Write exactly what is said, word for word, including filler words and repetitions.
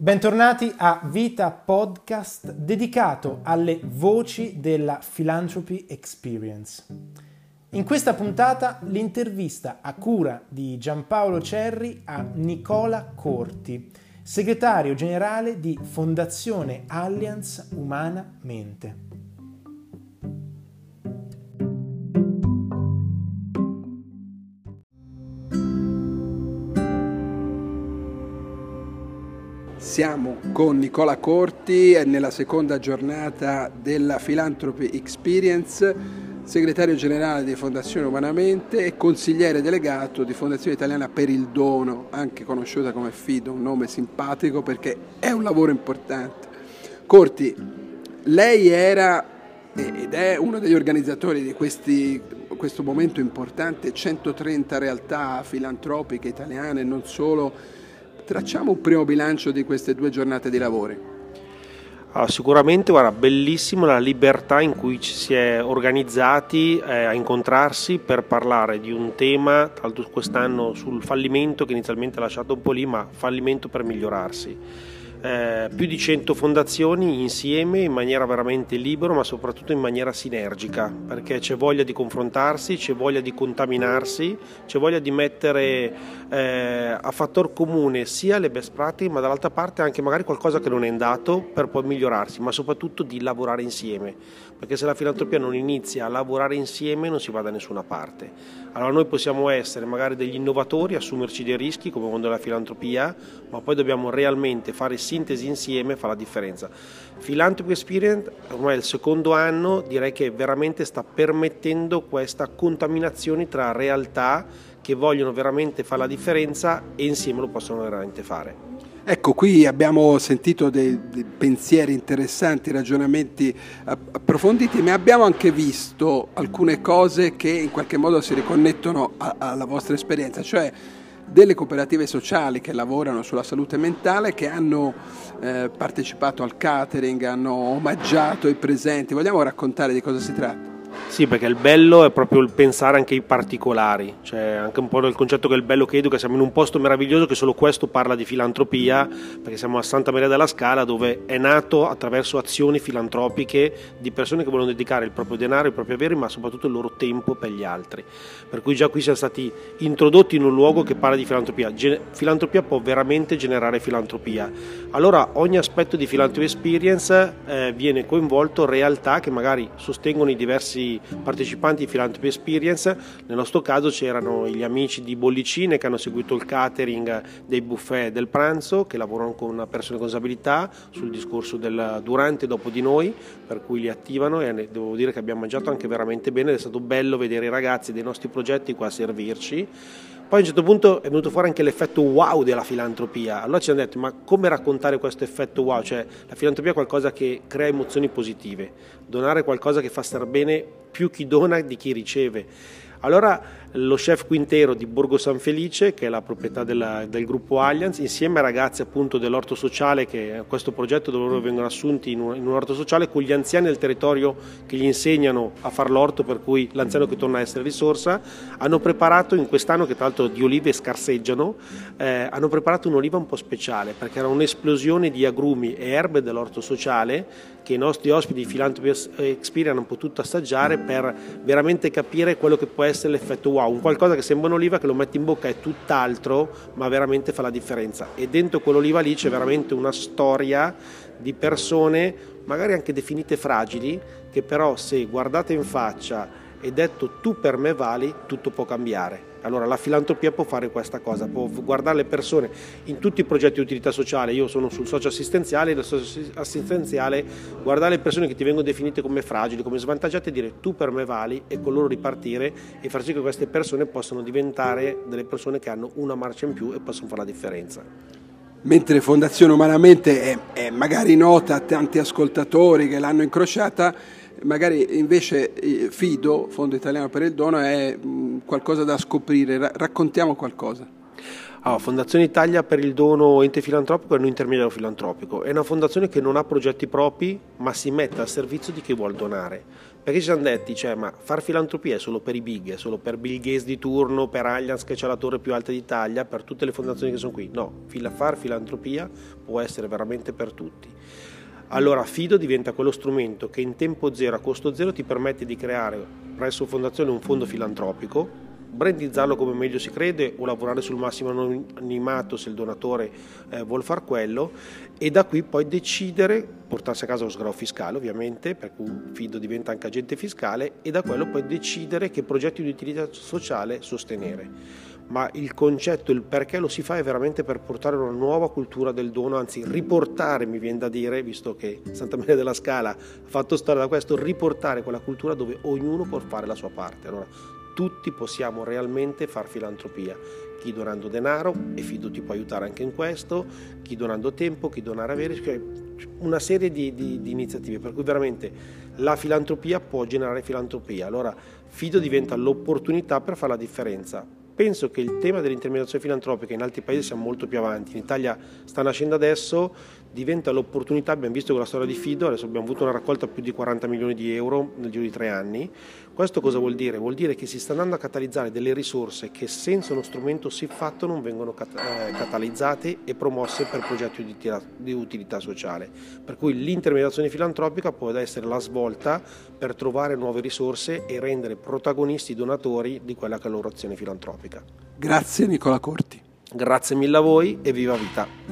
Bentornati a Vita Podcast dedicato alle voci della Philanthropy Experience. In questa puntata l'intervista a cura di Giampaolo Cerri a Nicola Corti, segretario generale di Fondazione Allianz Umanamente. Siamo con Nicola Corti nella seconda giornata della Philanthropy Experience, segretario generale di Fondazione Umanamente e consigliere delegato di Fondazione Italiana per il Dono, anche conosciuta come FIDO, un nome simpatico perché è un lavoro importante. Corti, lei era ed è uno degli organizzatori di questi, questo momento importante, centotrenta realtà filantropiche italiane e non solo. Tracciamo un primo bilancio di queste due giornate di lavori. Allora, sicuramente guarda, bellissimo la libertà in cui ci si è organizzati eh, a incontrarsi per parlare di un tema, tra l'altro quest'anno sul fallimento che inizialmente ha lasciato un po' lì, ma fallimento per migliorarsi. Eh, più di cento fondazioni insieme in maniera veramente libera, ma soprattutto in maniera sinergica, perché c'è voglia di confrontarsi, c'è voglia di contaminarsi, c'è voglia di mettere eh, a fattor comune sia le best practice, ma dall'altra parte anche magari qualcosa che non è andato per poi migliorarsi, ma soprattutto di lavorare insieme, perché se la filantropia non inizia a lavorare insieme non si va da nessuna parte. Allora noi possiamo essere magari degli innovatori, assumerci dei rischi come mondo della filantropia, ma poi dobbiamo realmente fare sintesi insieme, fa la differenza. Philanthropy Experience ormai è il secondo anno, direi che veramente sta permettendo questa contaminazione tra realtà che vogliono veramente fare la differenza e insieme lo possono veramente fare. Ecco, qui abbiamo sentito dei, dei pensieri interessanti, ragionamenti approfonditi, ma abbiamo anche visto alcune cose che in qualche modo si riconnettono a, alla vostra esperienza, cioè delle cooperative sociali che lavorano sulla salute mentale, che hanno eh, partecipato al catering, hanno omaggiato i presenti. Vogliamo raccontare di cosa si tratta? Sì, perché il bello è proprio il pensare anche ai particolari, cioè anche un po' del concetto che il bello che educa, siamo in un posto meraviglioso che solo questo parla di filantropia, perché siamo a Santa Maria della Scala, dove è nato attraverso azioni filantropiche di persone che vogliono dedicare il proprio denaro, i propri averi, ma soprattutto il loro tempo per gli altri. Per cui già qui siamo stati introdotti in un luogo che parla di filantropia. Gen- filantropia può veramente generare filantropia. Allora ogni aspetto di Philanthropy Experience eh, viene coinvolto realtà che magari sostengono i diversi partecipanti di Philanthropy Experience. Nel nostro caso c'erano gli amici di Bollicine che hanno seguito il catering dei buffet del pranzo, che lavorano con persone con disabilità sul discorso del durante e dopo di noi, per cui li attivano e devo dire che abbiamo mangiato anche veramente bene ed è stato bello vedere i ragazzi dei nostri progetti qua a servirci. Poi a un certo punto è venuto fuori anche l'effetto wow della filantropia. Allora ci hanno detto, ma come raccontare questo effetto wow? Cioè la filantropia è qualcosa che crea emozioni positive, donare è qualcosa che fa star bene più chi dona di chi riceve. Allora lo chef Quintero di Borgo San Felice, che è la proprietà della, del gruppo Allianz, insieme ai ragazzi appunto dell'orto sociale, che è questo progetto dove loro vengono assunti in un, in un orto sociale, con gli anziani del territorio che gli insegnano a far l'orto, per cui l'anziano che torna a essere risorsa, hanno preparato in quest'anno, che tra l'altro di olive scarseggiano, eh, hanno preparato un'oliva un po' speciale, perché era un'esplosione di agrumi e erbe dell'orto sociale che i nostri ospiti di Philanthropy Experience hanno potuto assaggiare per veramente capire quello che può essere l'effetto wow, un qualcosa che sembra un'oliva che lo metti in bocca è tutt'altro, ma veramente fa la differenza. E dentro quell'oliva lì c'è veramente una storia di persone, magari anche definite fragili, che però se guardate in faccia e detto tu per me vali, tutto può cambiare. Allora la filantropia può fare questa cosa, può guardare le persone in tutti i progetti di utilità sociale. Io sono sul socio assistenziale, nel socio assistenziale guardare le persone che ti vengono definite come fragili, come svantaggiate e dire tu per me vali, e con loro ripartire e far sì che queste persone possano diventare delle persone che hanno una marcia in più e possono fare la differenza. Mentre Fondazione Umanamente è, è magari nota a tanti ascoltatori che l'hanno incrociata, magari invece FIDO, Fondo Italiano per il Dono, è qualcosa da scoprire. Raccontiamo qualcosa. Allora, Fondazione Italia per il Dono Ente Filantropico è un intermediario filantropico, è una fondazione che non ha progetti propri ma si mette al servizio di chi vuol donare, perché ci siamo detti, cioè, ma far filantropia è solo per i big, è solo per Bill Gates di turno, per Allianz che c'ha la torre più alta d'Italia, per tutte le fondazioni che sono qui. No, far filantropia può essere veramente per tutti. Allora Fido diventa quello strumento che in tempo zero, a costo zero, ti permette di creare presso Fondazione un fondo filantropico, brandizzarlo come meglio si crede o lavorare sul massimo anonimato se il donatore eh, vuol far quello, e da qui poi decidere, portarsi a casa lo sgravo fiscale ovviamente, per cui Fido diventa anche agente fiscale, e da quello poi decidere che progetti di utilità sociale sostenere. Ma il concetto, il perché lo si fa è veramente per portare una nuova cultura del dono, anzi riportare, mi viene da dire, visto che Santa Maria della Scala ha fatto storia da questo, riportare quella cultura dove ognuno può fare la sua parte. Allora tutti possiamo realmente far filantropia, chi donando denaro, e Fido ti può aiutare anche in questo, chi donando tempo, chi donare avere, cioè una serie di, di, di iniziative, per cui veramente la filantropia può generare filantropia. Allora Fido diventa l'opportunità per fare la differenza. Penso che il tema dell'intermediazione filantropica in altri paesi siamo molto più avanti, in Italia sta nascendo adesso, diventa l'opportunità, abbiamo visto con la storia di Fido, adesso abbiamo avuto una raccolta più di quaranta milioni di euro nel giro di tre anni. Questo cosa vuol dire? Vuol dire che si sta andando a catalizzare delle risorse che senza uno strumento siffatto non vengono cat- eh, catalizzate e promosse per progetti di utilità, di utilità sociale. Per cui l'intermediazione filantropica può essere la svolta per trovare nuove risorse e rendere protagonisti i donatori di quella che è la loro azione filantropica. Grazie Nicola Corti. Grazie mille a voi e viva vita!